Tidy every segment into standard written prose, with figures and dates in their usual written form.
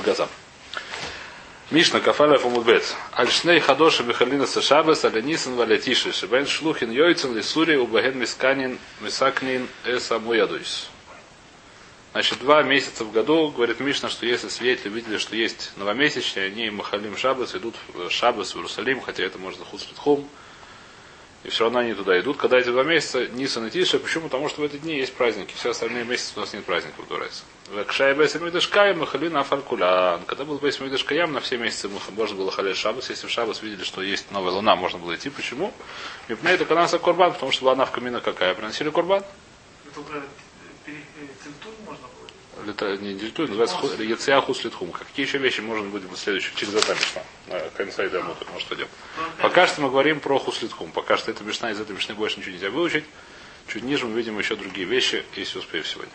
по газам. Мишна Кафаля Фумудбец. Альшней Хадоша Бихалина Сашабас, Алянисан Валятиши, Шибен Шлухин Йойцен Лисури, Убаген Мисканин, Мисакнин Эсамуядуис. Значит, 2 месяца в году, говорит Мишна, что если свидетели видели, что есть новомесячные, они Махалим Шабас, идут в Шабас в Иерусалим, хотя это можно Хуслитхум, и все равно они туда идут. Когда эти 2 месяца, Нисан и Тиша, почему? Потому что в эти дни есть праздники, все остальные месяцы у нас нет праздников в Дурайсе. Когда был Бейс Мидашкаям, на все месяцы можно было халять Шабас. Если в Шабас видели, что есть новая луна, можно было идти. Почему? Мипней это канаса Курбан, потому что была она в камина какая? Приносили Курбан? Не дельтуй, называется Яция Хуслитхум. Какие еще вещи можно будет в следующем, через это Мишна? Конца и даму, может пойдем. Пока что мы говорим про Хуслитхум. Пока что это Мишна, из этой Мишны больше ничего нельзя выучить. Чуть ниже мы видим еще другие вещи, если успеем сегодня.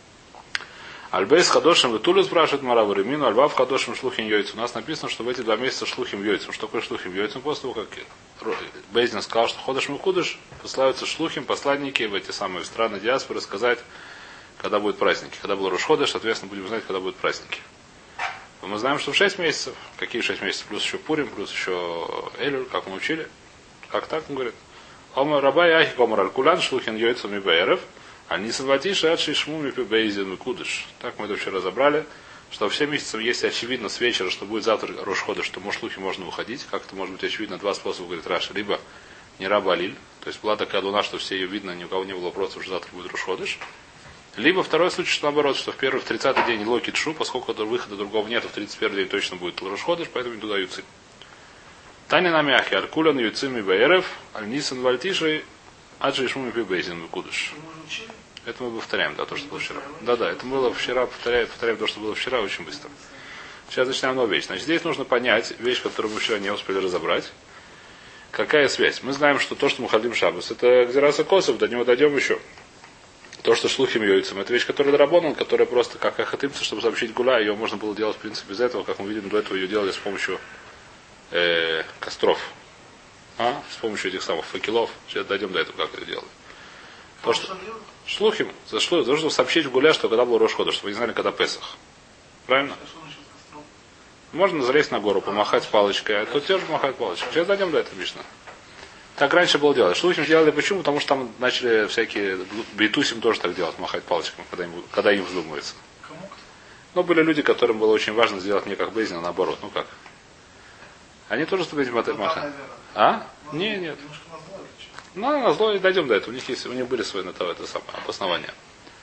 Альбейс Хадошим Витулю спрашивает Мараву Ремину, Альбав Хадошим Шлухин Йойцу. У нас написано, что в эти 2 месяца Шлухим Йойцу. Что такое Шлухим Йойцу? После того, как Бейзин сказал, что ходишь мы кудыш, посылаются Шлухим, посланники в эти самые страны диаспоры сказать, когда будут праздники. Когда был Рош-Ходыш, соответственно, будем знать, когда будут праздники. Но мы знаем, что в 6 месяцев, какие 6 месяцев, плюс еще Пурим, плюс еще Элюр, как мы учили. Как так, он говорит. Омар Рабай Ахи Комар Аль-Кулян Шлухин Йойцу Мибаэров. Альнисан Ватиши Адши Шмуми Бейзин Кудыш. Так мы это вчера разобрали, что все месяцы, если очевидно с вечера, что будет завтра Рош-Ходыш, что Шлухи можно выходить. Как это может быть очевидно? 2 способа, говорит Раша. Либо не Раба Алиль, то есть была такая луна, что все ее видно, ни у кого не было вопросов, что завтра будет Рош-Ходыш. Либо второй случай, что наоборот, что в 30-й день Локи Тшу, поскольку выхода другого нет, в 31-й день точно будет Рош-Ходыш, поэтому не туда Юци. Таня Намяхи, Алькулян, Юцими Баэрев, Альнисан Вальтиши, Аджи Шмуми Бейзин Кудыш. Это мы повторяем, да, то, что было вчера. Да, это было вчера, повторяем то, что было вчера, очень быстро. Сейчас начинаем новую вещь. Значит, здесь нужно понять вещь, которую мы вчера не успели разобрать. Какая связь? Мы знаем, что то, что мы халим Шаббас, это Гзераса Косов, до него дойдем еще. То, что Шлухим Йойцем, это вещь, которая доработана, которая просто как ахатымца, чтобы сообщить гуля, ее можно было делать, в принципе, без этого, как мы видим, до этого ее делали с помощью костров. С помощью этих самых факелов. Сейчас дойдем до этого, как это делали. То, что Шлухим, чтобы сообщить в гуля, что когда был Рош-Ходыш, чтобы вы не знали, когда Песах. Правильно? Можно залезть на гору, помахать палочкой, а тут тоже помахать палочкой. Сейчас дойдем до этого, Мишна. Так раньше было делать. Шлухим делали почему? Потому что там начали всякие бейтусим тоже так делать, махать палочками, когда им вздумается. Но были люди, которым было очень важно сделать не как Бейзин, а наоборот. Ну как? Они тоже стали махать. Нет. На зло и дойдем до этого. У них были свои это самое обоснования.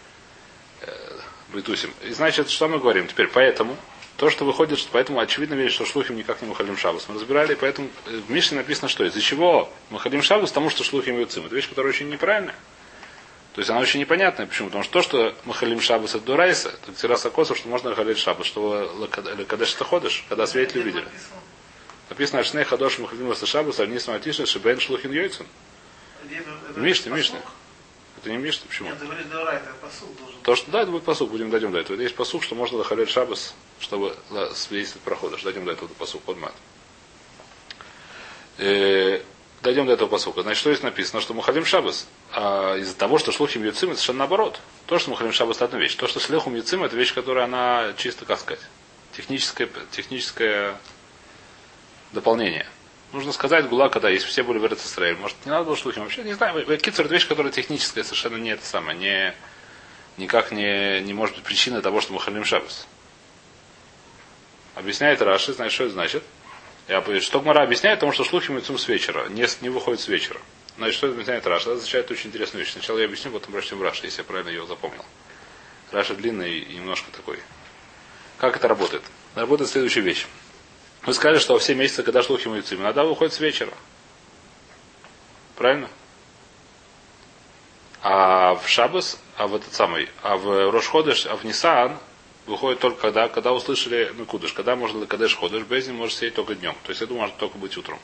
Бейтусим. И значит, что мы говорим теперь? Поэтому то, что выходит, что поэтому очевидно видеть, что Шлухим никак не Махалим Шаббас. Мы разбирали, поэтому в Мишне написано, что из-за чего Махалим Шаббас, потому что Шлухим Юцим. Это вещь, которая очень неправильная. То есть она очень непонятная. Почему? Потому что то, что Махалим Шаббас это Дурайса, это Тираса Косов, что можно халить Шаббас, что когда что ходишь, когда свидетели увидели. Написано Ашней Хадош Махалим Шаббас, Альнис Матишна, Шибен Шлухин Юцим. Мишна. Это не Мишна, почему? То, что да, это будет пасук, дойдем до этого. Это есть пасук, что можно лохалять Шаббас, чтобы свидетельствовать прохода. Дойдем до этого пасук, подмат. Дойдем до этого пасука. Значит, что здесь написано? Что Махалим Шаббас, из-за того, что Шлухим Юцим, это совершенно наоборот. То, что Махалим Шаббас, это одна вещь. То, что Шлухим Юцим, это вещь, которая она чисто, как сказать, техническое дополнение. Нужно сказать гула, когда есть все были в Эрец-Исраэль. Может, не надо было Шлухим? Вообще не знаю. Кицур, это вещь, которая техническая, совершенно не это самое, никак не может быть причиной того, что мы халим Шаббас. Объясняет Раши, значит, что это значит? Что Гмара объясняет, потому что Шлухим Юцим с вечера, не выходит с вечера. Значит, что это объясняет Раши? Это означает очень интересную вещь. Сначала я объясню, потом прочтем Раши, если я правильно ее запомнил. Раши длинный и немножко такой. Как это работает? Работает следующая вещь. Вы сказали, что во все месяцы, когда Шлухим Юцим, иногда выходит с вечера. Правильно? А в Шаббас, в Рош-Ходыш, в Нисан выходит только когда услышали Кудыш. Когда можно Кадеш Ходыш, Бейзин может сидеть только днем. То есть это может только быть утром.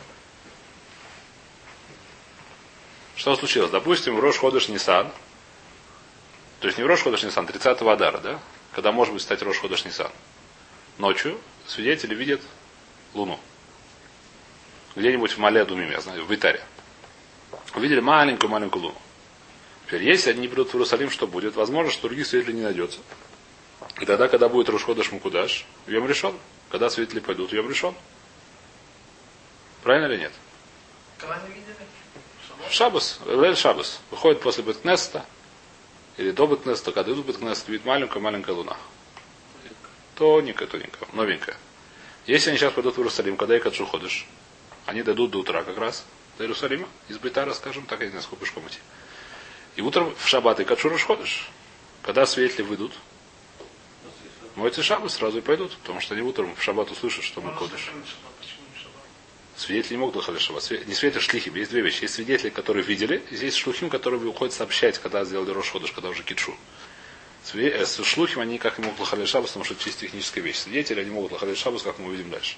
Что случилось? Допустим, в Рош-Ходыш Нисан, то есть не в Рош-Ходыш Нисан, 30-го Адара, да? Когда может быть стать Рош-Ходыш Нисан. Ночью свидетели видят Луну. Где-нибудь в Мале Думиме, я знаю, в Итаре. Увидели маленькую Луну. Теперь, если они не придут в Иерусалим, что будет? Возможно, что других свидетелей не найдется. И тогда, когда будет Рошходыш Мукудаш, Йом решен. Когда свидетели пойдут, Йом решен. Правильно или нет? Когда не видели? В Шабас, Лель Шабас. Выходит после Беткнеста, или до Беткнеста, когда идут Беткнест, видит маленькая луна. Тоненькая, новенькая. Если они сейчас пойдут в Иерусалим, когда Икадшу ходишь, они дойдут до утра как раз, до Иерусалима, из Бейтара, скажем, так я не знаю, сколько пешком идти. И утром в Шаббат Икадшу ходишь. Когда свидетели выйдут, моются Шаббат, сразу и пойдут, потому что они утром в Шаббат услышат, что мы ходишь. Свидетели не могут выходить в Шаббат. Не свидетели, шлихим. Есть две вещи. Есть свидетели, которые видели, и есть шлухим, которые выходят сообщать, когда сделали Рош Ходыш, когда уже китшу. С шлухим они никак не могут лохалить Шаббат, потому что это чисто техническая вещь. Свидетели они могут лохалить Шаббат, как мы увидим дальше.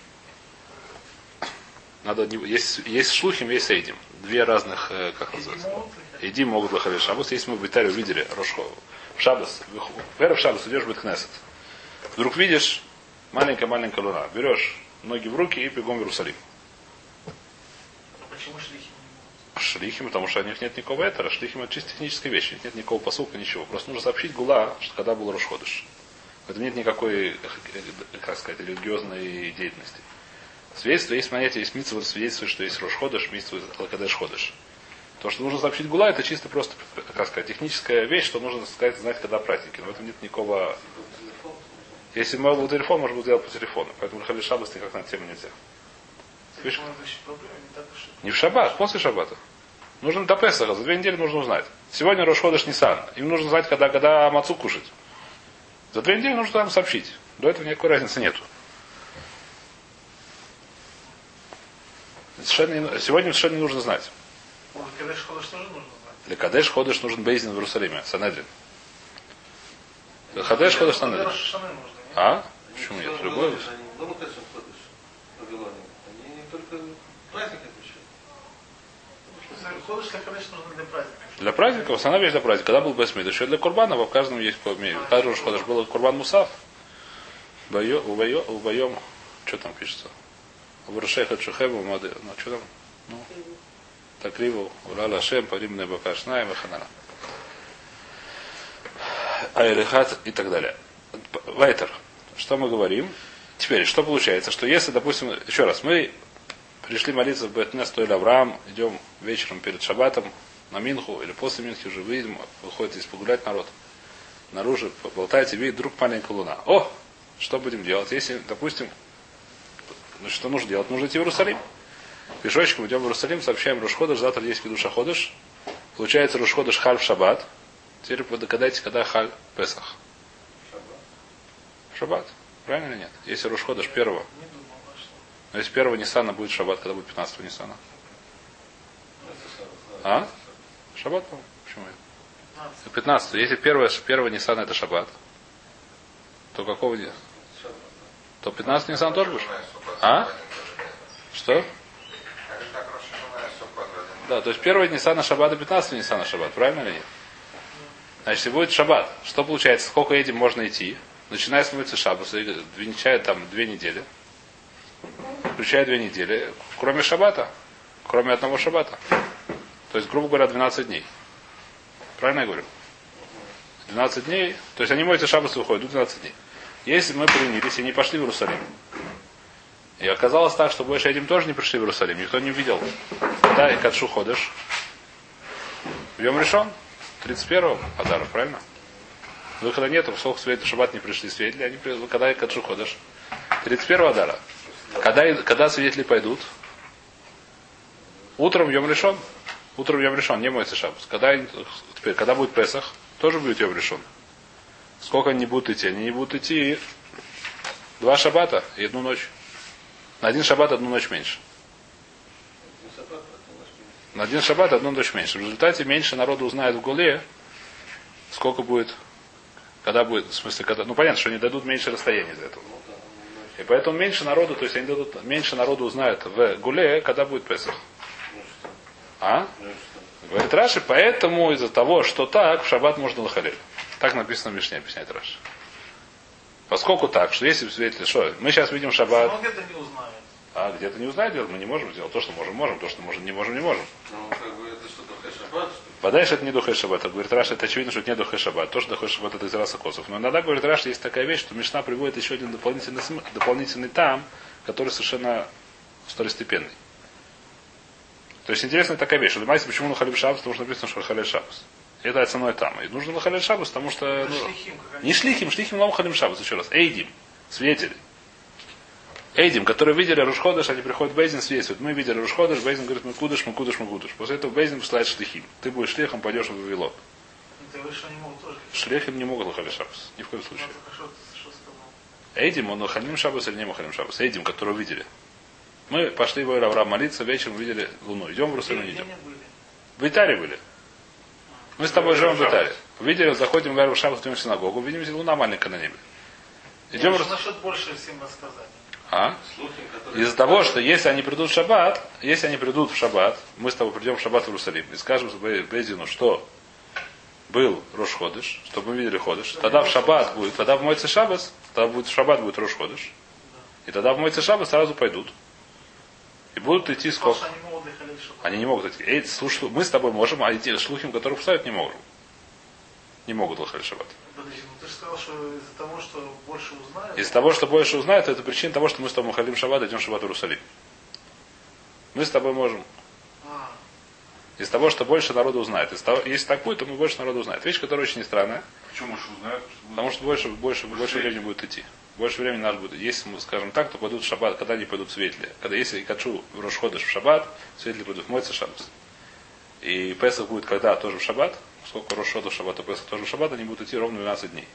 Есть шлухим, есть эйдим. Две разных, как называется. Эйдим могут лохалить Шаббат. Если мы в Италии увидели в Шаббат, в Шаббат идешь в Бет-Кнесет. Вдруг видишь маленькая луна. Берешь ноги в руки и бегом в Иерусалим. Почему шлихим? Шлихим, потому что у них нет никакого этера. Шлихим это чисто техническая вещь. Нет никакого посылка, ничего. Просто нужно сообщить Гула, что когда был Рош Ходыш. В этом нет никакой, как сказать, религиозной деятельности. Свидетельство есть понятие, есть митцва, свидетельствует, что есть Рош Ходыш, митцва Лакадеш Ходыш. То, что нужно сообщить Гула, это чисто просто, как сказать, техническая вещь, что нужно сказать, знать, когда праздники. Но в этом нет никакого. Если был телефон, можно было сделать по телефону. Поэтому Лахали Шаббас никак на эту тему нельзя. Видишь? Не в Шаббат, после Шаббата. Нужно до Песаха, за 2 недели нужно узнать. Сегодня Рош Ходыш Нисан. Им нужно знать, когда мацу кушать. За 2 недели нужно там сообщить. До этого никакой разницы нету. Сегодня совершенно не нужно знать. Может, Кадеш Ходыш тоже нужно знать? Для Кадеш Ходыш нужен Бейзин в Иерусалиме, Санедрин. Для Кадеш Ходыш Санедрин. А? Почему нет? Любой? Они только праздник отмечают. Ходыш для Кадеш нужно для праздника. Для праздника, в основном вещь для праздника. Когда был Бесмид, еще для Курбана, в каждом есть каждый Ходыш был Курбан Мусав. Убоем, что там пишется? Вуршеха Чухева, Мады. Ну, что там? Ну, Такриву, Урала Шем, Паримная Бакашная, Ваханара. Айлихат и так далее. Вайтер. Что мы говорим? Теперь, что получается? Что если, допустим, еще раз, мы пришли молиться в Бет-Кнесет или Авраам, идем вечером перед Шаббатом на Минху, или после Минхи уже выйдем, выходит здесь погулять народ, наружу, болтаете, видит вдруг маленькая луна. О! Что будем делать? Если, допустим, что нужно делать? Нужно идти в Иерусалим. Пешочком идем в Иерусалим, сообщаем Рош Ходыш, завтра есть Кидуша Ходыш. Получается Рош Ходыш Халь в Шаббат. Теперь догадайтесь, когда Халь Песах. Шаббат. Правильно или нет? Если Рош Ходыш первого. Но если 1 Ниссана будет Шаббат, когда будет 15 Ниссана? А? Шаббат, по-моему. Почему это? 15. Если 1 Ниссана это Шаббат, то какого дня? То 15 Ниссана тоже будешь? А? Что? Да, то есть 1 Ниссана Шаббат и 15 Ниссана Шаббат, правильно или нет? Значит, если будет Шаббат, что получается? Сколько этим можно идти? Начиная с Муицы Шаббаса, венчает там 2 недели. Включая 2 недели. Кроме Шаббата. Кроме одного Шаббата. То есть, грубо говоря, 12 дней. Правильно я говорю? 12 дней. То есть, они моются Шаббас и выходят. 12 дней. Если мы принялись и не пошли в Иерусалим. И оказалось так, что больше этим тоже не пришли в Иерусалим. Никто не увидел. Да, и Кадшу ходишь. Йом решен. 31-го Адара, правильно? Выхода нету, сколько свидетелей Шаббат не пришли свидетели, они когда и Кадшу ходишь. 31-го Адара. Когда свидетели пойдут? Утром Йом решен. Утром Йом решен, не моется Шаббат. Когда будет Песах, тоже будет Йом решен. Сколько они не будут идти? Они не будут идти 2 Шаббата и 1 ночь. На 1 Шаббат 1 ночь меньше. На 1 Шаббат 1 ночь меньше. В результате меньше народу узнает в Гуле, сколько будет, когда будет, в смысле, когда, ну понятно, что они дадут меньше расстояния из этого. И поэтому меньше народу, то есть они дадут, меньше народу узнают в Гуле, когда будет Песах. А? Говорит Раши, поэтому из-за того, что так, в Шаббат можно лохалель. Так написано в Мишне, объясняет Раши. Поскольку так, что если свидетели, что мы сейчас видим Шаббат. Но где-то не узнают. А где-то не узнают, мы не можем сделать. То, что можем, можем. То, что можем, не можем, не можем. Ну, как бы это что-то Вода, что это не духай шаббат. Говорит Раш, это очевидно, что это не духай шаббат. То, что духай шаббат, это из раса косов. Но иногда, говорит Раш, есть такая вещь, что Мишна приводит еще один дополнительный там, который совершенно второстепенный. То есть интересная такая вещь. Вы понимаете, почему на халиб шаббас, потому что написано, что халиб шаббас. Это основной там. И нужно на халиб шаббас, потому что... Не шлихим лом халиб шаббас, еще раз. Эйдим, свидетели. Эйдим, которые видели Рушходыш, они приходят в Бейзин, свидетельствуют. Мы видели Рушходыш, Бейзин говорит, мы кудыш. После этого Бейзин посылает шлихим. Ты будешь шлихом, пойдешь в Вавилон. Шлихим не могут лохали шаббас. Ни в коем случае. Эйдим, он лохалим шаббас или не лохалим шаббас? Эйдим, которого видели. Мы пошли в Авраам молиться, вечером увидели Луну. Идем в Иерусалим, не идем. В Итаре были. Мы с тобой живем в Итаре. Увидели, заходим в Шаббас, идем в синагогу, видим, Луна маленькая на небе. Идем в Иерусалим. Насчет больше всем рассказать. Из-за того, что если они придут в шаббат, мы с тобой придем в шаббат в Иерусалим и скажем Бейзину, что был Рош Ходыш, чтобы мы видели Ходыш, тогда в шаббат будет, тогда в Мойце Шаббас, тогда будет в шаббат будет Рош Ходыш, и тогда в Мойце Шаббас сразу пойдут. И будут идти сколько? Они не могут идти. Мы с тобой можем, а эти шлухим, которые пускают, не можем. Не могут лохали шаббат. Подожди, ты же сказал, что из-за того, что больше узнают. Из-за того, что больше узнают, это причина того, что мы с тобой халим шаббат, идем в шаббат в Иерусалим. Мы с тобой можем. Из-за того, что больше народу узнает. Если так будет, то мы больше народу узнает. Вещь, которая очень странная. Почему больше узнают? Потому что больше времени будет идти. Больше времени надо будет. Если мы скажем так, то пойдут в шаббат, когда они пойдут в светлые. Если я качу в Рош Ходыш в шаббат, светлые пойдут в Мойце Шаббас. И Песах будет когда? Тоже в шаббат. Сколько Рош Ходыш в шаббат, то Песах тоже в шаббат, они будут идти ровно 12 дней.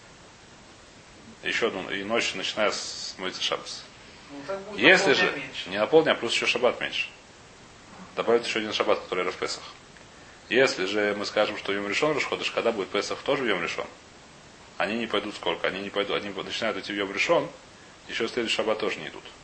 Еще одну, и ночь, начиная с Мойце Шаббас. Если же, меньше. Не на полдня, плюс еще шаббат меньше. Добавить еще один шаббат, который в Песах. Если же мы скажем, что Йом Ришон Рош Ходыш, когда будет Песах, тоже в Йом Ришон. Они не пойдут сколько? Они не пойдут. Они начинают идти в Йом Ришон, еще следующий шаббат тоже не идут.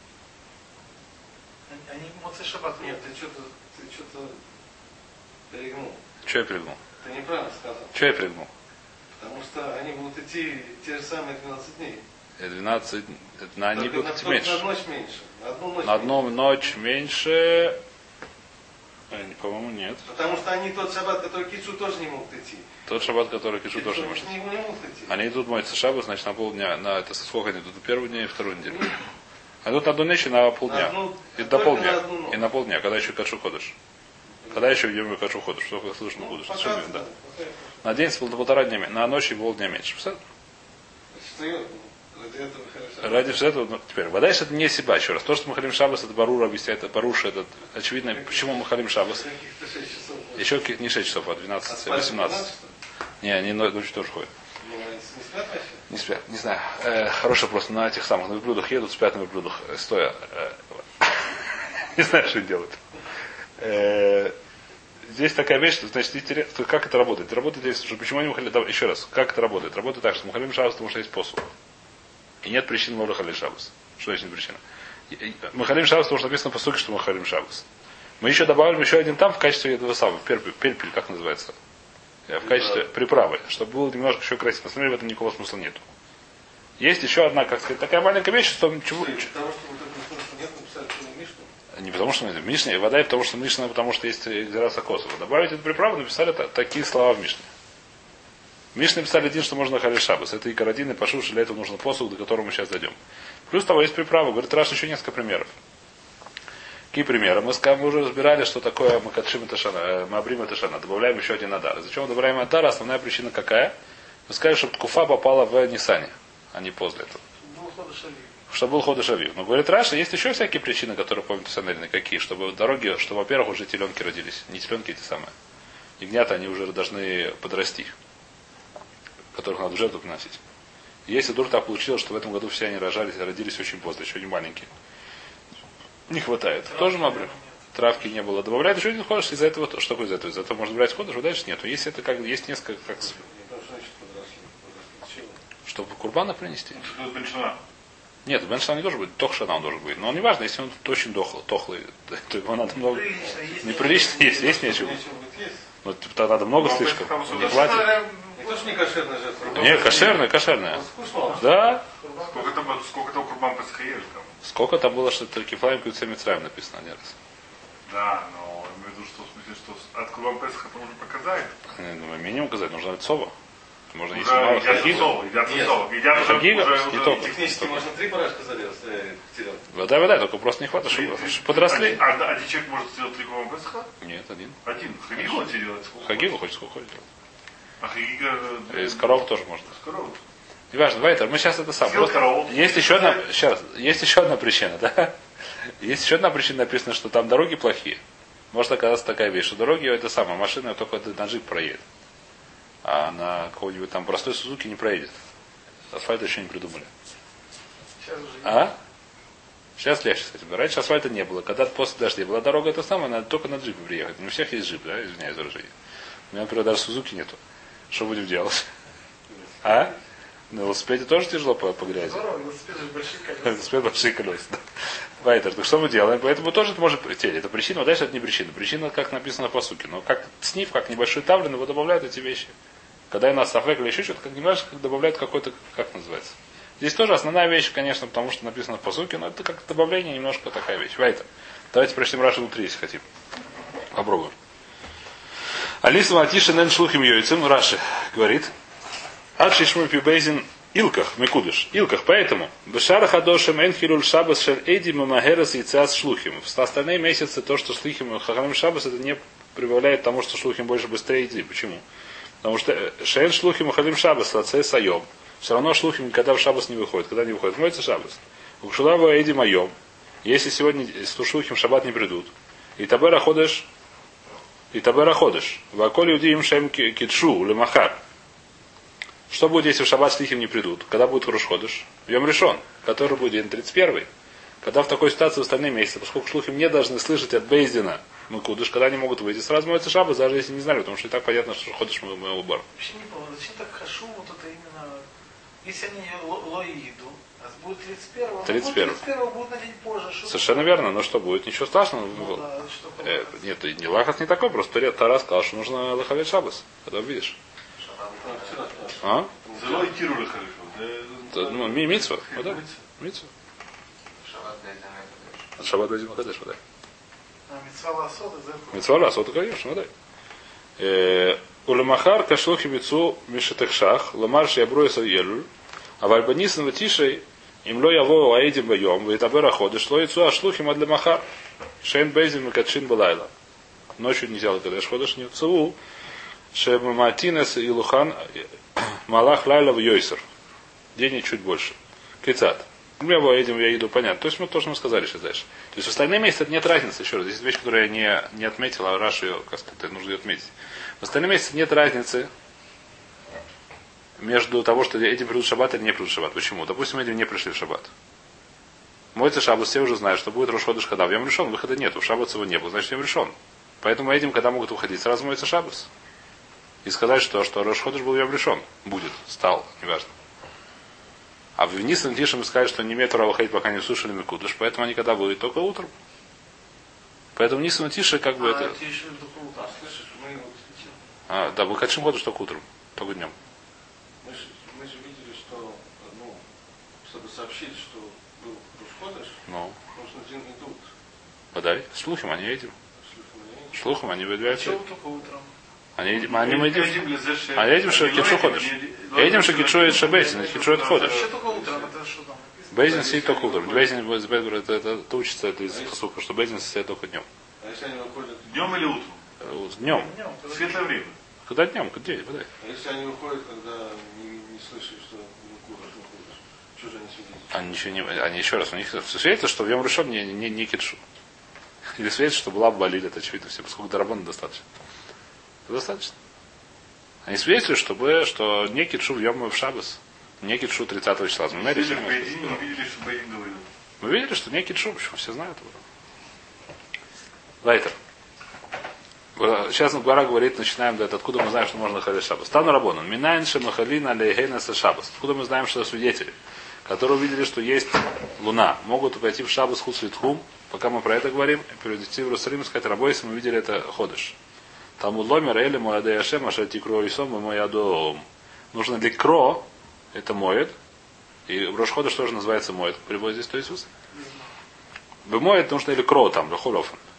Они Моцей шаббат. Нет, ты что-то перегнул. Что я перегнул? Ты неправильно сказал. Что я перегнул? Потому что они будут идти те же самые 12 дней. 12, они будут идти меньше. На ночь меньше. На одну ночь меньше. По-моему, нет. Потому что они тот шаббат, который кичу, тоже не могут идти. Тот шаббат, который кичу, тоже не может идти. Они идут Мойце Шаббас, значит, на полдня. На это сколько они идут? Первый день и второй неделю. Они идут на одну ночь и на полдня. И до полдня. И на полдня, когда еще качу ходишь. Когда еще идем и качу ходишь. Что как слышно будешь. Да. На день с полтора дня, на ночь и полдня меньше. Ради этого, ну, теперь, вода это не себя, еще раз. То, что мы халим шаббас, это барура объясняет, это баруша, это очевидно, почему мы халим шаббас. Еще не 6 часов, а 12, 18. Не ночью тоже ходят. Не спят, не знаю. Хороший вопрос. На этих самых, на верблюдах едут, спят на верблюдах, стоя. Не знаю, что делают. Здесь такая вещь, что, значит, интересно, как это работает. Это работает, что почему они халим, еще раз, как это работает? Работает так, что мы халим шаббас, потому что есть посуд. И нет причин лора халим шаббас. Что есть причина? Мы халим шаббас, потому что написано по сути, что мы халим шаббас. Мы еще добавим еще один там в качестве этого самого, пельпель, как называется? В качестве приправы, чтобы было немножко еще красиво. На самом деле в этом никакого смысла нету. Есть еще одна, как сказать, такая маленькая вещь, что чего. Не потому что нет, Мишна, и вода, и потому что Мишна, потому что есть Гзераса Косова. Добавить эту приправу, написали такие слова в Мишне. В Мишне написали один, что можно халиль шаббас. Это и карадин, и пашуш, для этого нужно посуд, до которого мы сейчас дойдем. Плюс того, есть приправа. Говорит Раш еще несколько примеров. Какие примеры? Мы уже разбирали, что такое Макадшим и Ташана, Маабрим и Ташана. Добавляем еще один адар. Зачем мы добавляем адар? Основная причина какая? Мы сказали, чтобы ткуфа попала в Нисане, а не после этого. Чтобы был ходыш авив. Но говорит Раша, есть еще всякие причины, которые помнят Санелины. Какие? Чтобы в дороге, что, во-первых, уже теленки родились. Не теленки эти самые. Ягнята, они уже должны подрасти, которых надо в жертву приносить. Если дур так получилось, что в этом году все они родились очень поздно, еще не маленькие. Не хватает. Тоже мабры. Травки не было. Добавляют еще один ходыш, из-за этого, что такое из этого? Из-за этого можно брать ходыш, а дальше нет. Если это как, есть несколько, как... Чтобы курбана принести. Нет, беншана не должен быть, тохшана он должен быть. Но он не важно, если он очень тохлый, то его надо много. Неприлично есть нечего. Но тогда надо много слишком. Не хватит. Не кошерная жертва. Не, кошерная. Да. Сколько там курбан пасхаели там? Сколько там было, что это кефлаем кюцем Мицраим написано один раз. Да, но виду, что в смысле, что от Курбан Песха это нужно показать. Минимум указать, нужно цова. Можно Уже есть мало едят хагига. цова, едят цова. Едят Хагига, уже не только. Технически можно 3 барашка зарезать, терял. Вода, только просто не хватит, чтобы подросли. Один человек может сделать 3 Курбан Песха? Нет, один. Один. Хагигу он тебе делает сколько? Хагигу хоть сколько хочет делать. А хагига... Из коровы тоже можно. С коровы. Неважно, Вайтер, мы сейчас это сам. Съел корову. Есть еще одна. Сейчас, есть еще одна причина, да? Есть еще одна причина, написано, что там дороги плохие. Может оказаться такая вещь, что дороги это самое, машина только на джип проедет. А на какой-нибудь там простой Сузуки не проедет. Асфальта еще не придумали. Сейчас уже А? Сейчас легче с этим. Раньше асфальта не было. Когда после дождей была дорога, это самое, надо только на джипе приехать. Не у всех есть джип, да, извиняюсь за выражение. У меня, например, даже Сузуки нету. Что будем делать? А? На велосипеде тоже тяжело по грязи. здорово, велосипед же большие колеса. Велосипед большие колеса. Да. Вайтер, так что мы делаем? Поэтому тоже это может прийти. Это причина, а дальше это не причина. Причина, как написано по суке. Но как снив, как небольшой тавлин, его добавляют эти вещи. Когда у нас афрек или еще что-то, как немножко как добавляют какой-то, как называется. Здесь тоже основная вещь, конечно, потому что написано по суке, но это как добавление немножко такая вещь. Вайтер. Давайте прочтем Раши внутри, если хотим. Попробуем. Алиса Матиша Нен Шлухим Йойцем, Раши говорит. Адшишму Пибейзин Илках, Мекудыш. Илках, поэтому. Бешара Хадошем Энхилюль Шабас Шель Эйди Мамагерас и Циас Шлухим. В остальные месяцы то, что Шлухим Хахалим Шабас, это не прибавляет тому, что Шлухим больше быстрее иди. Почему? Потому что Шель Шлухим Хахалим Шабас, Лацей Сайом. Все равно Шлухим никогда в Шабас не выходит. Когда не выходит, моется Шабас. Укшулава Эйди Майом. Если сегодня с Шлухим в Шаббат не придут. И Табера Ходыш. Ваколи Удиим Шем Китшу Лемахар. Что будет, если в шаббат шлихим не придут? Когда будет Рошходыш? Йом решен, который будет день 31. Когда в такой ситуации в остальные месяцы, поскольку шлухим не должны слышать от Бейздина Мекудыш, когда они могут выйти, сразу моется шаббат, даже если не знали, потому что и так понятно, что ходишь мы убор. Вообще не помню, зачем так хашу, вот это именно... Если они лои еду, а будет 31-го, 31-го. 31-го будет на день позже. Совершенно верно, но что будет? Ничего страшного. Ну, да, что Нет, не лахас не такой, просто Тара сказал, что нужно лахавет шаббас, когда увидишь. А? Зелой Киру Лехалифу. Митцва, да? Митцва. Шаббат Бейзин Махадеш, да. Митцва ласот, Митцва ласот, конечно, да. Улемахар кашлухи митцу мишетехшах, ламар шияброиса елюль, а вальбанисен ватишей, им ло яво аидим байом, вейтабера ходыш, ло яцу ашлухим адлемахар, шейн бейзин мекатшин балайла. Ночью не делал, когда ходыш не цу, шемаматинес и лухан малах лайла в йойсер. День чуть больше. Кицат. Мы его едем, я иду, понятно. То есть мы тоже сказали сейчас дальше. То есть в остальные месяцы это нет разницы. Еще раз, здесь вещь, которую я не отметил, а Раша ее, как сказать, нужно ее отметить. В остальные месяцы нет разницы между того, что эти придут в шаббат или не придут в шаббат. Почему? Допустим, эти не пришли в шаббат. Моется шаббат, все уже знают, что будет Рош-Ходыш когда. В Йом решен, выхода нет. В шаббат его не было, значит Йом решен. Поэтому этим, когда могут выходить, сразу моется шаббат. И сказать, что Рош-Ходыш был Йом решен. Будет, стал, неважно. А в Нисан Тишем сказать, что не имеет права выходить, пока не услышали Микудыш, поэтому они когда будут? Только утром. Поэтому Нисан Тише как бы это... ты еще только утром слышишь, мы его встречаем. Да, вы хотим ходишь только утром, только днем. Мы же видели, что, чтобы сообщить, что был Рошходыш, Ну, нужно день идут. подай. Слухим, они едем. Слухом они выдвигаются. Почему только утром? Они едем, мы едем. А едем, что Китшу ходишь. Едем, что Китшу это Шабейзин, Китшу это ходишь. Вообще только утром, это что там? Бейзин сидит только утром. Бейзин это учится это из посука, что Бейзин сидит только днем. А если они выходят... Днем или утром? Днем. Светлое время. Когда днем, где? Подай. А если они выходят, когда не слышали, что Микудыш, что же они свидетельствуют? Они еще раз, у них свидетельство, что в Йом решен не Китшу. Или свидетельство, что была болит, это очевидно все, поскольку Дарабона достаточно. Достаточно. Они свидетельствуют, что не Китшу в Йом в Шаббас, не Китшу 30 числа. Мы Видели, что Бейдин говорил. Мы видели, что не Китшу, почему все знают об этом. Лайтер. Сейчас Гмара говорит, начинаем, откуда мы знаем, что можно ходить в Шаббас. Тану Рабонан. Минайнши Махалина Лейхейна Шаббас. Откуда мы знаем, что свидетели, которые увидели, что есть луна, могут пойти в Шаббас Хуцвитхум. Пока мы про это говорим, перейти в Иерусалим, сказать Рабойс, мы видели это Ходыш. Там удломер Эли Моядей Ашем, Ашати Кро Исом и Моядом. Нужно ли Кро, это моет. И Рош Ходыш тоже называется моет. Приводит здесь то Иисус. Бемоет нужно или Кро там, Лехолофан.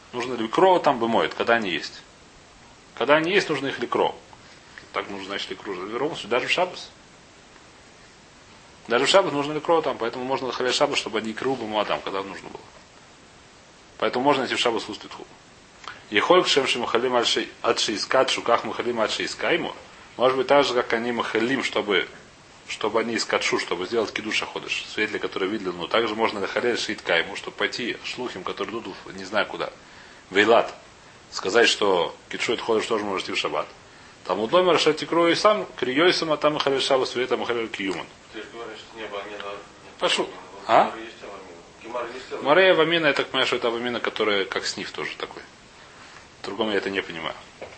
Нужно ликро там бы моет, когда они есть. Когда они есть, нужно их ликро. Так нужно, значит, ликро. Даже в шаббас. Даже в шаббас нужно ликро там, поэтому можно халяль шаббас, чтобы они икру бы муадам, когда нужно было. Поэтому можно найти в шаббас хуститху. Ехоль к шемши махалим ад-шиискат шуках махалим ад-шиискайму. Может быть, так же, как они махалим, чтобы они искатшу, чтобы сделать кидуша ходыш, свидетели, которые видели, но также можно халяль шиит кайму, чтобы пойти шлухим, которые идут не знаю куда. Вейлат. Сказать, что кидшует ходыш тоже может идти в шаббат. Там удной решать икру и сам, криёйсам, а там и халяль шаббас, и там и халяль киюман. Ты же говоришь, что небо не надо. Пошел. А? Есть Марея Вамина, я так понимаю, что это Вамина, которая как сниф тоже такой. Другом я это не понимаю.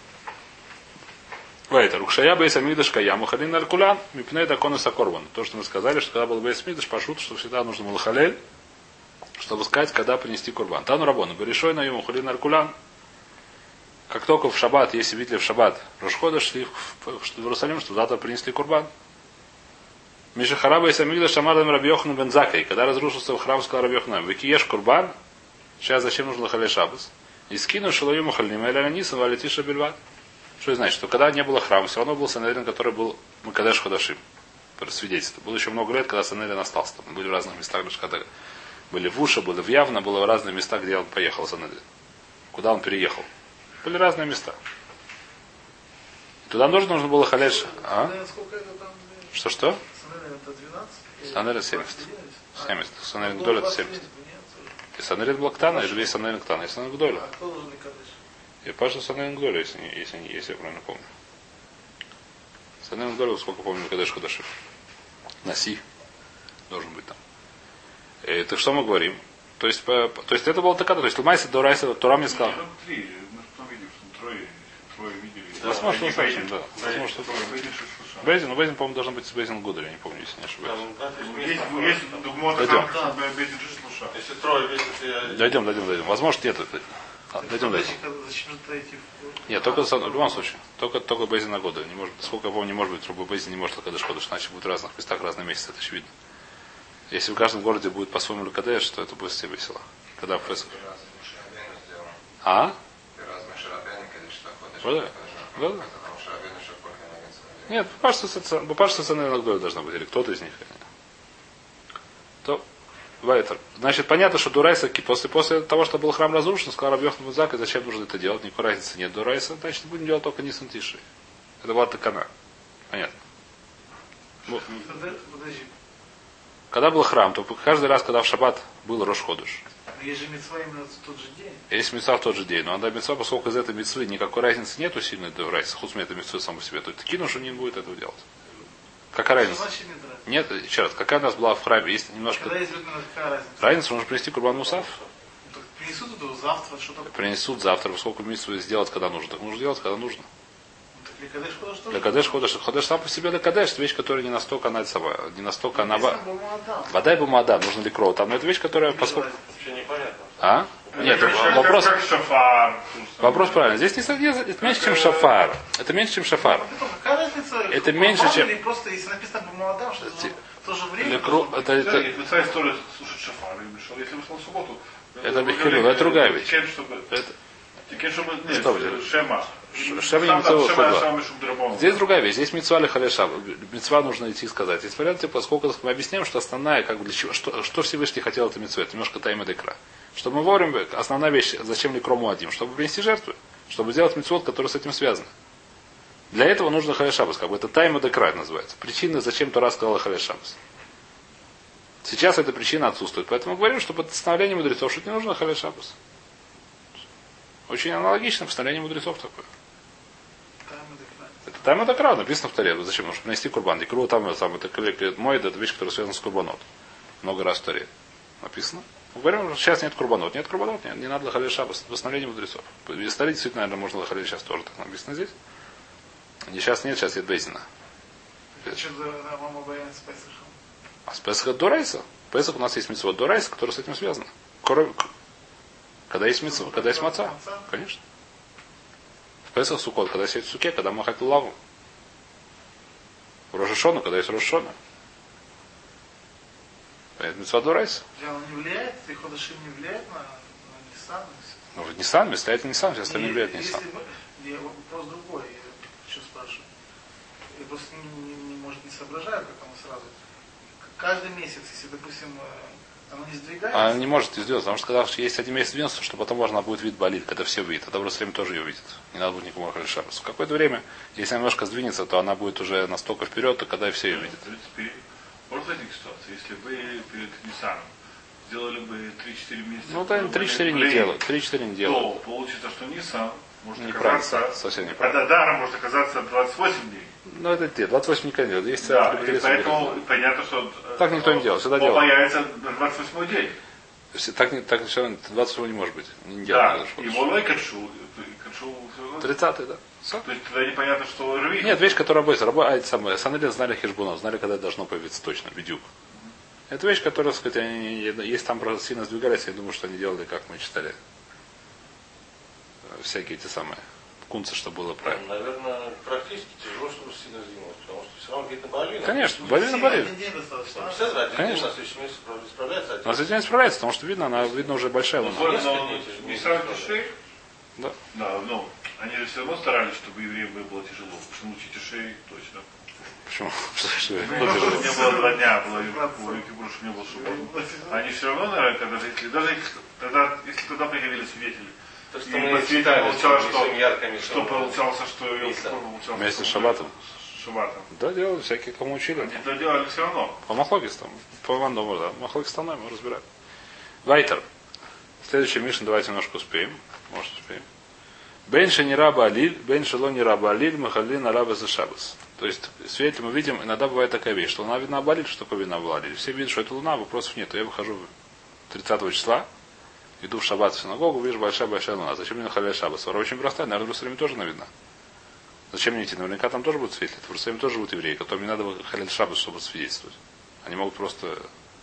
Вайтер. Рукшая бейс амигдаш каяму халин аль-кулян мипней дакону сакорбан. То, что мы сказали, что когда был бейс амигдаш, пошут, что всегда нужно было халель, чтобы сказать, когда принести курбан. Тану рабону. Берешой на ему халин аль-кулян. Как только в шаббат, если видели в шаббат Рошхода, шли в Иерусалим, что завтра принесли курбан. Миша Хараба и Самигда Шамардам Рабьохну Бензакой. Когда разрушился в храм, сказал Рабьохну, выкиешь курбан, сейчас зачем нужно хале шаббас? И скину шалою мухальнима или аниса валитиша бельват. Что это значит? Что когда не было храма, все равно был Санедрин, который был Макадеш Ходашим. Свидетельство. Было еще много лет, когда Санедрин остался там. Были в разных местах, когда были в Уше, были в Явно, было в разных местах, где он поехал Санедрин. Куда он переехал. Были разные места. Туда нужно было халеш. А? Что? Санерин 70. 70. Санерин Гдоль это 70. И Санерин Блактана, или весь Санерин Ктана, и Санерин Гдоль. И Паша Санерин Гдоль, если я правильно помню. Санерин Гдоль, сколько помню, Кадеш Ходашив. Наси должен быть там. Так что мы говорим? То есть это было такая, то есть Лумайса до Райса, Тура мне сказал. Возможно, что совсем, да. Возможно, что Бейзин, но Бейзин, по-моему, должен быть с Бейзин Гудель, я не помню, если не ошибаюсь. Если трое весят, Дойдем. Возможно, нет. Дойдем. Нет, только в любом случае. Только Бейзин на годы. Не может, сколько я помню, не может быть, чтобы Бейзин не может Кадеш Ходыш, значит будет в разных местах разные месяцы, это очевидно. Если в каждом городе будет по-своему Лукадеш, то это будет все весело. Когда в Песах. А? Да. Нет, Папашта наверное, Гдоль должна быть, или кто-то из них. То, Вайтер. Значит, понятно, что Дурайса, после того, что был храм разрушен, сказал Рабьёхна Музак, и зачем нужно это делать, никакой разницы нет Дурайса, значит, будем делать только Нисан Тиши. Это была такана. Понятно. Когда был храм, то каждый раз, когда в шаббат был Рош Ходыш. Есть же митцва именно в тот же день. Есть митцва в тот же день. Но она митцва, поскольку из этой митцвы никакой разницы нету сильной до райса, худсме этой митцвы саму себе, то кинуш не будет этого делать. Какая разница? Нет, еще раз, какая у нас была в храме? Есть немножко. Разница, можно принести курбан мусав. Принесут это завтра, что-то. Принесут завтра, поскольку митцву сделать, когда нужно. Так нужно делать, когда нужно. Для Кадеш Ходыш. Ходыш сам по себе для Кадеш, вещь, которая не настолько она сама, не настолько она. Вода и бумада, нужно ли кровь. Там это вещь, которая поскольку. А? Нет, вопрос. Вопрос правильный. Здесь это меньше, чем шафар. Это меньше, чем шафар. Это меньше, чем. Просто если написано бумада, что в то же время. Это бихилю, это другая вещь. Шема не митцва. Здесь другая вещь. Здесь митцва или халеша. Митцва нужно идти и сказать. Здесь вариант, поскольку мы объясняем, что основная, как бы для чего, что Всевышний хотел это митцва, это немножко тайма декра. Чтобы мы вовремя, основная вещь, зачем ли крому один, чтобы принести жертву, чтобы сделать митцвот, который с этим связан. Для этого нужно халешабас, как бы это тайма декра называется. Причина, зачем Тора сказала халешабас. Сейчас эта причина отсутствует. Поэтому мы говорим, что под постановлением мудрецов, что не нужно халешабас. Очень аналогично постановление мудрецов такое. Это тайма декра, написано в Торе. Зачем? Нужно принести курбан. Икру там это мой, это вещь, которая связана с курбанот. Много раз в Торе. Написано. Мы говорим, что сейчас нет курбанот. Нет курбанот, нет, не надо лахалиль шаббас. Постановление мудрецов. В Торе действительно, наверное, можно лахалиль сейчас тоже так написано здесь. Не сейчас нет, сейчас нет Бейзина. А с Песаха до Райса. Песах у нас есть митцва до Райса, которая с этим связана. Когда есть митцва, когда есть маца. Конечно. В Песах Сукот, когда есть суке, когда махать лаву. В Рошашону, когда есть Рошашона. Это митцва до Райса. Он не влияет, и Ходашим не влияет на Нисан. Ну, в Ниссан, стоять Ниссан, все остальные берут Ниссан. Вопрос другой, я еще спрашиваю. Я просто может, не соображаю, как оно сразу. Каждый месяц, если, допустим, оно не сдвигается. Она не может это сделать, потому что сказал, что есть один месяц двинуться, что потом можно будет вид болит, когда все выйдет. Тогда в Иерусалиме тоже ее видит. Не надо будет никому Халиль Шаббас. В какое-то время, если она немножко сдвинется, то она будет уже настолько вперед, то когда все ее видят. В принципе, может возникнуть ситуация, если вы перед Ниссаном сделали бы 3-4 месяца. Ну, да, 3-4 не делают. 3-4 не делают. То получится, что Ниссан может Неправильно, оказаться. совсем неправильно. Когда даром может оказаться 28 дней. Ну, это те, 28 никогда не делают. Есть Да, и поэтому понятно, что так никто не делает, всегда он делают. появится на 28 день. Так все равно 28 не может быть. Не Да, делают. и волной качу 30-й, да. Все. То есть тогда непонятно, что рви. Нет, вещь, которая будет работать. Санели знали хешбунов, знали, когда должно появиться точно, бедюк. Это вещь, которая, так сказать, если там просто сильно сдвигались, я думаю, что они делали, как мы читали. Всякие эти самые кунцы, что было правильно. Наверное, практически тяжело, чтобы сильно сдвинуть, потому что все равно видно болит. Конечно, болит на болит. Один день достаточно. Конечно. На следующий месяц справляется. Но с этим не справляется, потому что видно, она видно уже большая луна. Не сразу тишей. Да. Да, но они же все равно старались, чтобы евреям было тяжело. Потому что научить тишей точно. Почему? Не было 2 дня, было Юкибур, что не было субботы. Они все равно, наверное, даже если тогда приходили свидетели. То, что И мы по свидетелям читали, получалось, что получался, что Йом-Кипур получался. Вместе с Шаббатом. С Шаббатом. Да, делали всякие, кому учили. Они это делали все равно. По Махлокис там, по Вандому, да. Махлокис там мы разбираем. Вайтер. Следующий Мишна давайте немножко успеем. Может успеем. Бенши не раба алиль, бенши ло не раба алиль, махалин араба за шабас. То есть, свидетель мы видим, иногда бывает такая вещь, что луна видна Абалиль, что такое видна Абалиль. Все видят, что это луна, вопросов нет. Я выхожу 30 числа, иду в шаббат в синагогу, вижу большая-большая луна. Зачем мне на халяль шаббас? Вора очень простая, наверное, в Иерусалиме тоже она видна. Зачем мне идти? Наверняка там тоже будут свидетели. В Иерусалиме тоже будут евреи, которым не надо халяль шаббас, чтобы свидетельствовать. Они могут просто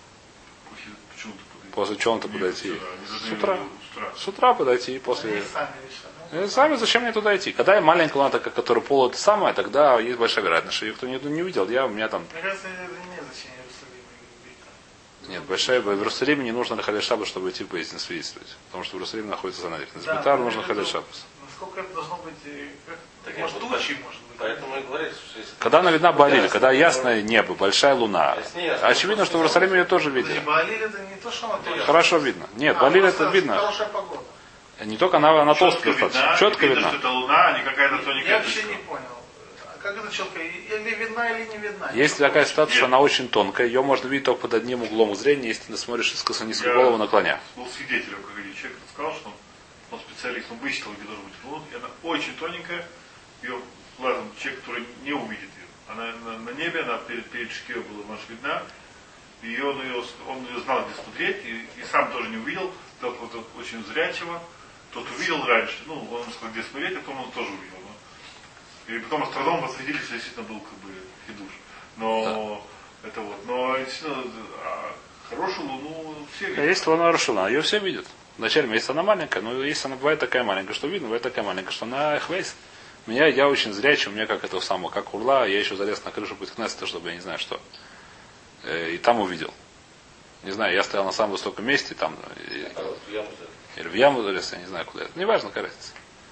после чего-то подойти. С утра. С утра подойти и после... Они сами решат. Сами зачем мне туда идти? Когда я маленькая луна, такая, которая пол это самое, тогда есть большая вероятность, что ее кто не увидел. У меня там... Мне кажется, это не значение Иерусалима. Нет, большая в Иерусалиме не нужно на халяль шаббас, чтобы идти в Бейзин свидетельствовать. Потому что в Иерусалиме находится Санадрик. На Сбитар нужно халяль шаббас. Насколько это должно быть... Так Может, вот, тучи, может быть. Поэтому и говорится, что если... Когда она видна Баалиль, когда ясное небо, большая луна. Очевидно, что в Иерусалиме ее тоже видно. Баалиль это не то, что она тоже. Хорошо видно. Нет, Баалиль это видно. Хорошая погода. Не только она толстая достаточно. Четко видно, видна. что это луна, а не какая-то тоненькая Я вообще точка. не понял. А как это четко? Или видна, или не видна? Есть такая ситуация, что она очень тонкая. Ее можно видеть только под одним углом зрения, если ты смотришь искоса низко голову наклоня. Был свидетелем, как один человек сказал, что он специалист, он высчитал, где должен быть луна, и она очень тоненькая, ее глазом человек, который не увидит ее. Она на небе, она перед шкирой была видна, и он ее знал, где смотреть, и сам тоже не увидел, только вот очень зрячего, тот увидел раньше, он сказал, где смотреть, а потом он тоже увидел. И потом астрономы подтвердили, что действительно был как бы хидуш. Но да. Это вот. Но действительно, хорошую луну все видят. Есть луна Рашуна, ее все видят. Вначале, если она маленькая, но если она бывает такая маленькая, что видно, бывает такая маленькая, что она эхвейс. Я очень зрячий, у меня как это самое, как урла, я еще залез на крышу Бейт-Кнессета, чтобы я не знаю что. И там увидел. Не знаю, я стоял на самом высоком месте, там. Или в яму залез, я не знаю куда. Это неважно, какая разница.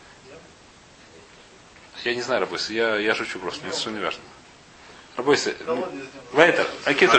Я не знаю, Рабойс, я шучу просто, мне совершенно не важно. Рабойс, Вайтер, Акитур.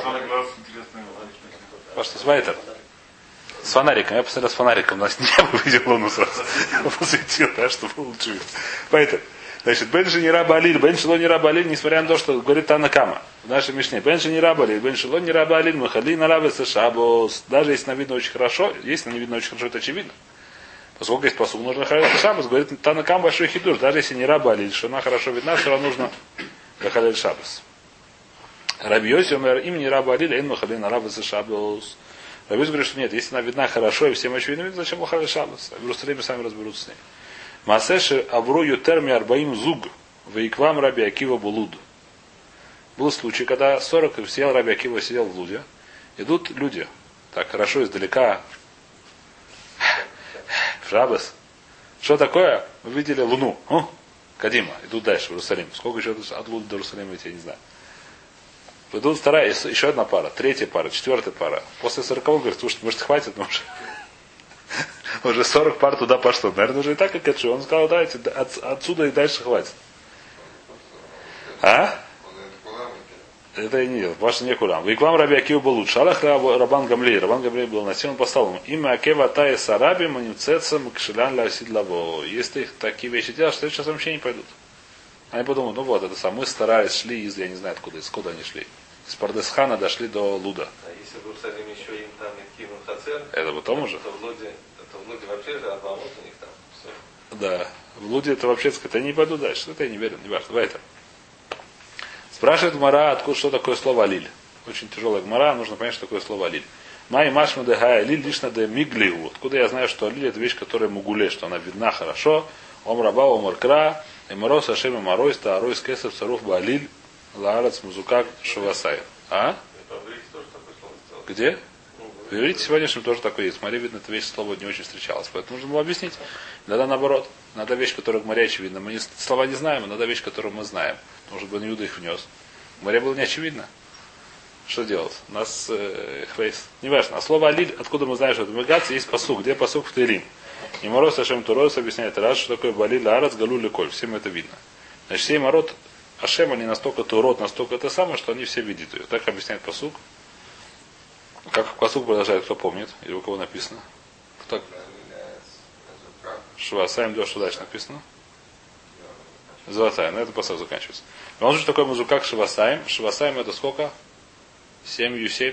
Паштус, Вайтер. С фонариком, я посмотрел с фонариком, нас небо видел луну сразу. Посветил, да, чтобы лучше видеть. Вайтер. Значит, Бенши не раба алиль, Бенши ло не раба алиль, несмотря на то, что говорит Тана Кама в нашей Мишне. Бенши не раба алиль, Бенши ло не раба алиль, махали на рабе шабос. Даже если она видно очень хорошо, если она видно очень хорошо, это очевидно. Поскольку есть посуд, нужно халяль шабас, говорит Тана Кама большой хидуш. Даже если не раба алиль, что она хорошо видна, все равно нужно халяль шабас. Раби Йоси умер, им не раба алиль, эн махали на рабе шабос. Раби Йоси говорит, что нет, если она видна хорошо и всем очевидно видно, зачем халяль шабас? В Иерусалиме сами разберутся с ней. Масеши Авру Ютерми Арбаим Зуг Вейквам Раби Акива Булуд. Был случай, когда 40 сидел Раби Акива, сидел в Луде. Идут люди, так хорошо издалека, в Шабас. Что такое? Мы видели Луну. Кадима. Идут дальше в Иерусалим. Сколько еще от Луды до Иерусалима идти, я не знаю. Идут вторая, еще одна пара, третья пара, четвертая пара. После 40 говорит, слушайте, может хватит, но уже. Уже 40 пар туда пошло. Наверное, уже и так, как это. Он сказал, давайте отсюда и дальше хватит. А? Это и не делал. Ваше не кулам. Виклам Раби Акива был лучше. Аллах Рабан Гамлей. Рабан Гамлей был насилен, он поставил ему. Имя Акева Тая Сараби Манюцецам Кшилян Ласидлаво. Если такие вещи делать, что сейчас вообще не пойдут. Они подумают, ну вот, это сам. Мы старались, шли из, я не знаю откуда они шли. Из Пардесхана дошли до Луда. А если в Иерусалиме еще им там Кивн Хацер, Это потом уже? то в Луде вообще же Абамот у них там. Все. Да. В Луде это вообще сказать, они не пойдут дальше. Это я не верю, не важно. Давай это. Спрашивает Гмара, откуда что такое слово алиль. Очень тяжелая Гмара, нужно понять, что такое слово алиль. Май машма де хай алиль лишь де миглиу. Откуда я знаю, что алиль это вещь, которая мугуле, что она видна хорошо. Ом раба, ом аркра, эморос ашем эморойс, та аройс кесов, царух ба алиль, лаарец музукак шавасай. А? Где? В иврите сегодняшнем тоже такое есть. В Маре, видно, эта вещь слово не очень встречалась. Поэтому нужно было объяснить. Надо наоборот. Надо вещь, которую в Маре очевидна. Мы слова не знаем, а надо вещь, которую мы знаем. Потому что Бен Юда их внес. В Маре было не очевидно. Что делать? У нас хвейс. Не важно. А слово алиль, откуда мы знаем, что это мигация, есть посук. Где посук в Тейлим? И Мороз Ашем Турос объясняет раз, что такое балиль, арец, галу, леколь. Всем это видно. Значит, все мород Ашем, они настолько турот, настолько это самое, что они все видят ее. Так объясняет посук. Как посук продолжает, кто помнит? Или у кого написано? Кто? Швасаем, что дальше написано? Золотая. На этом посук заканчивается. Он же такой музыкак Швасаем. Швасаем это сколько? 7 7?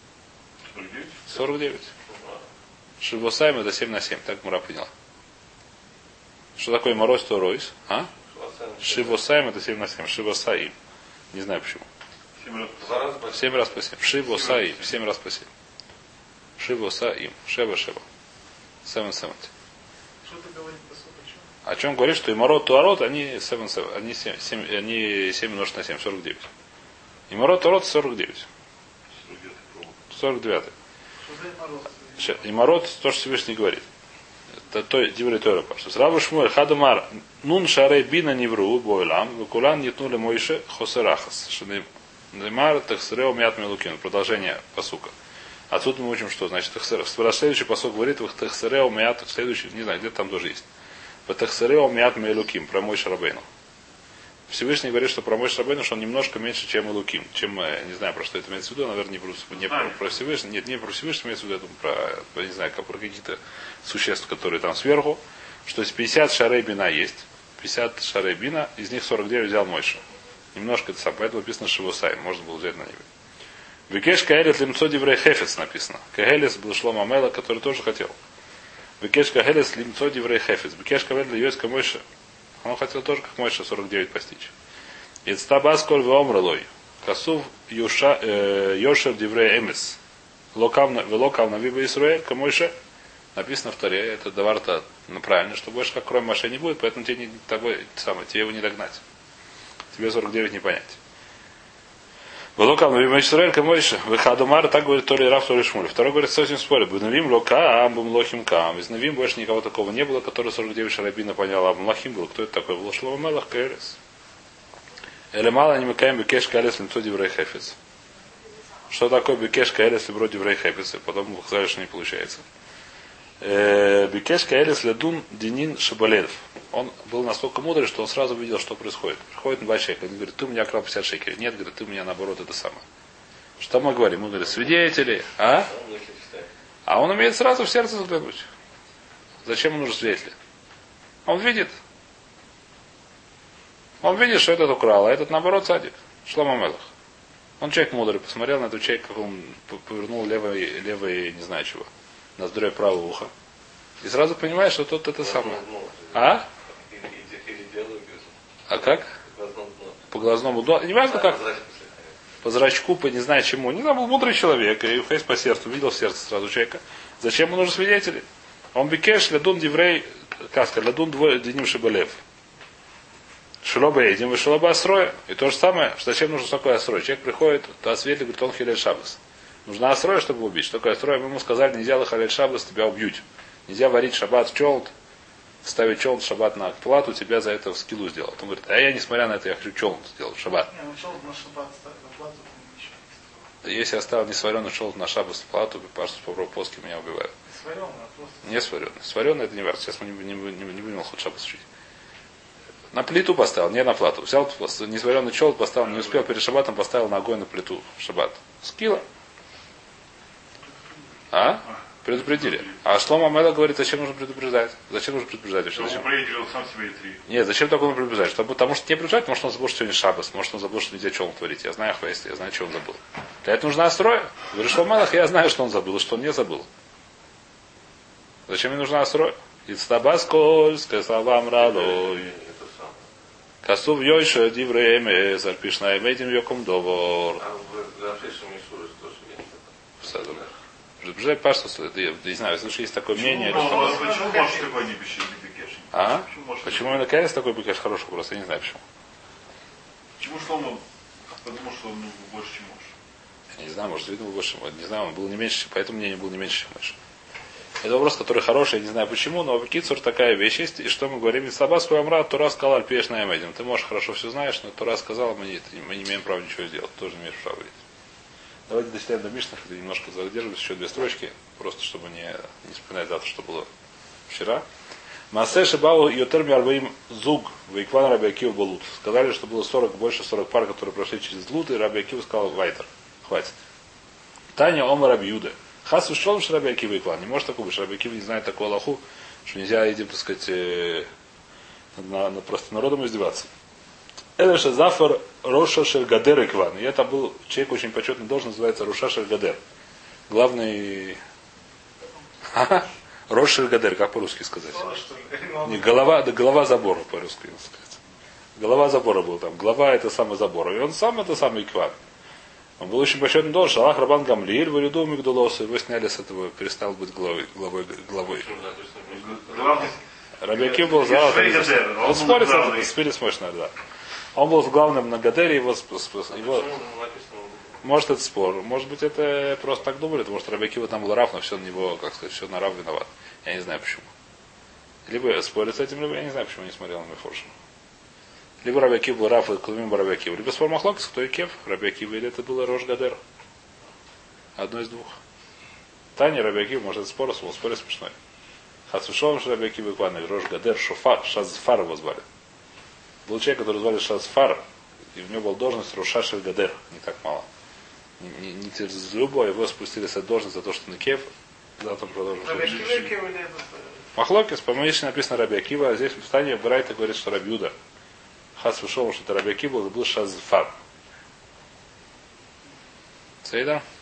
49. Шивосаем это 7 на 7. Так Мура поняла. Что такое мороз, то ройс? А? Шивосаем это 7 на 7. Шивосаим. Не знаю почему. 7 раз по 7. Шивосаим. 7 раз по 7. Шивосаим. Шева. 7-70. Что ты говоришь по сути? О чем говорит, что и мород, туарот, они 7 умножить на 7, 49. И мород, туарот 49. 49. И мород, то, что Всевышний говорит. Это то, диврей Тора паштус. Рабу Шмуэль, хадумар, нун шарей бина невру, бойлам, векулан нетнули мойше хосерахас. Шадемар, тахсрео мят мелукин. Продолжение посука. Отсюда мы учим, что значит следующий посук говорит, в тахсрео мят, следующий, не знаю, где-то там тоже есть. В тахсрео мят мелуким, про Мойше Рабейну. Всевышний говорит, что про Мойше Рабейну, что он немножко меньше, чем Элуким. Чем, не знаю, про что это имеется в виду, наверное, не про Всевышний. Нет, не про Всевышний, имеется в виду, это про, не знаю, про какие-то существа, которые там сверху. Что есть 50 шарей бина есть. 50 шарей бина, из них 49 взял Мойша. Немножко это сам, поэтому написано Шивусай. Можно было взять на небе. Викеш Каэлес лимцо диврей хефец написано. Каэлес был Шлома Амела, который тоже хотел. Викеш Каэлес лимцо диврей хефец. Викеш Каэлес льёйска Мойша. Он хотел тоже, как Мойша, 49 постичь. Ицтабас коль веомралой. Касув Йошер диврей эмес. Велокав на виба Исруэль, как Мойша. Написано в Торе. Это давар-то правильно, что больше как кроме Моше не будет, поэтому тебе, тебе его не догнать. Тебе 49 не понять. Велокав на виба Исруэль, как Мойша. Выхадумар, так говорит Тори Раф, Тори Шмуль. Второй говорит, с этим спорит. Бунавим лока, амбум лохим кам. Из Навим больше никого такого не было, который 49 шарабина понял, а Млахим был. Кто это такой? Был Шлома Мелах Каэлес. Элемала не мыкаем бекеш каэлес лимцо диврей хефец. Что такое бекеш каэлес лимцо диврей хефец? Потом мы сказали, что не получается. Бекеш каэлес ледун динин шабаледов. Он был настолько мудрый, что он сразу видел, что происходит. Приходит на 2 человека, он говорит, ты у меня крал 50 шекелей. Нет, говорит, ты у меня наоборот это самое. Что мы говорим? Мы говорим, свидетели, а? А он умеет сразу в сердце заглянуть. Зачем ему нужны свидетели? Он видит. Он видит, что этот украл, а этот наоборот садик. Шлома Мелах. Он человек мудрый, посмотрел на этого человека, как он повернул левое, не знаю чего, ноздрёй правое ухо. И сразу понимаешь, что тот это самое. А? А как? По глазному дну. Не важно как. По зрачку, по не знаю чему. Не знаю, был мудрый человек, и фейс по сердцу, видел в сердце сразу человека. Зачем ему нужны свидетели? Он бикеш, лядун диврей, каска, лядун диним шибалев. Шилоба едем, и шилоба асроя. И то же самое, что зачем нужно такое асрой? Человек приходит, то осветли, говорит, он хилель шабас. Нужна асроя, чтобы убить. Что такое асроя? Мы ему сказали, нельзя хилель шабас, тебя убьют. Нельзя варить шаббат в чолт, ставить чолт шаббат на плату, тебя за это в скилу сделают. Он говорит, а я, несмотря на это, я хочу чолт сделать в шаббат. Если я оставил несваренный шелк на шаббат в плату, паштус по плоски меня убивают. Сваренный, а просто... Не сваренный. Сваренный это не важно. Сейчас мы не будем ход шаббат учить. На плиту поставил, не на плату. Взял несваренный шелк, поставил, не успел перед шаббатом, поставил ногой на плиту в шаббат. Скилла. А? Предупредили. А Шломо Амелех говорит, зачем нужно предупреждать? Зачем нужно предупреждать? Вообще, зачем? Сам себя и три. Нет, зачем так он предупреждать? Чтобы, потому что не предупреждать, может он забыл, что сегодня шаббас, может он забыл, что нельзя что он творить. Я знаю хвест, я знаю, что он забыл. Для этого нужна строя. Говорит, Шломо Амелех, я знаю, что он забыл, и что он не забыл. Зачем мне нужна строя? Ицтабасколь, сказалам ралой. Касув йойша дивреме, зарпишна имейтим йоком довор. А в Рафешем Ишуре тоже есть. Предупреждать паштус, я не знаю, если есть такое мнение, Почему что... может такой не пищи бекеш? А? Почему именно Кайрес такой бекеш? Хороший вопрос, я не знаю почему. Почему Шломо подумал, что он больше, чем можешь? Я не знаю, может, видно, больше. Не знаю, он был не меньше, поэтому мнение было не меньше, чем Мойша. Это вопрос, который хороший, я не знаю почему, но в Кицур такая вещь есть, и что мы говорим, из Сабаску Амра, Тура сказал Альпеш на Эмедин. Ты, можешь, хорошо все знаешь, но Тура сказал, мы не имеем права ничего сделать, тоже не имеешь права говорить. Давайте дочитаем до Мишнах, это немножко задерживаюсь, еще 2 строчки, просто чтобы не вспоминать завтра, что было вчера. Масе Шибау и Йотерми Арбаим Зуг, Вейкван Раби Акива Балут. Сказали, что было 40, больше 40 пар, которые прошли через Лут, и Раби Акива сказал, Вайтер, хватит. Таня Ома Раби Юда. Хас ушел, что Раби Акива Икван. Не может такого быть, Раби Акива не знает такого Аллаху, что нельзя этим, так сказать, просто народом издеваться. Это же Зафар Роша Шельгадер Икван. И это был человек очень почетный, должен называется Роша Шельгадер. Главный... Роша Шельгадер, как по-русски сказать? Не, голова забора, по-русски сказать. Голова забора был там. Глава это самый забор. И он сам это самый Икван. Он был очень почетный должен. Шалах Рабан Гамлиэль, Валиду Мигдулосу. Его сняли с этого, перестал быть главой. Раби Акива был за... Он спорит с Мойшной, да. Он был главным на Гадере, его... Может это спор, может быть это просто так думали, потому что Раби Акива там был Рав, но все на него, как сказать, все на Рав виноват. Я не знаю почему. Либо спорит с этим, либо я не знаю, почему не смотрел на Мефоршин. Либо Раби Акива был Рав, и Клумим Раби Акива. Либо спор Махлокс, кто и Кев, Раби Акива, или это было Рош Гадер. Одно из двух. Таня Раби Акива, может это спор смешной. Хацушовым Раби Акива и Кван, Рош Гадер, Шофар, Шазфар его звали. Был человек, который звали Шазфар, и у него была должность Роша Шельгадер, не так мало. Не через любого, его спустили с этой должности за то, что на Кев. Завтра продолжим. Махлокис, по моей написано Раби Акива, а здесь в Тане Брайта говорит, что Раби Юда. Хас вышел, что это Раби Акива, был Шазфар. Сейда?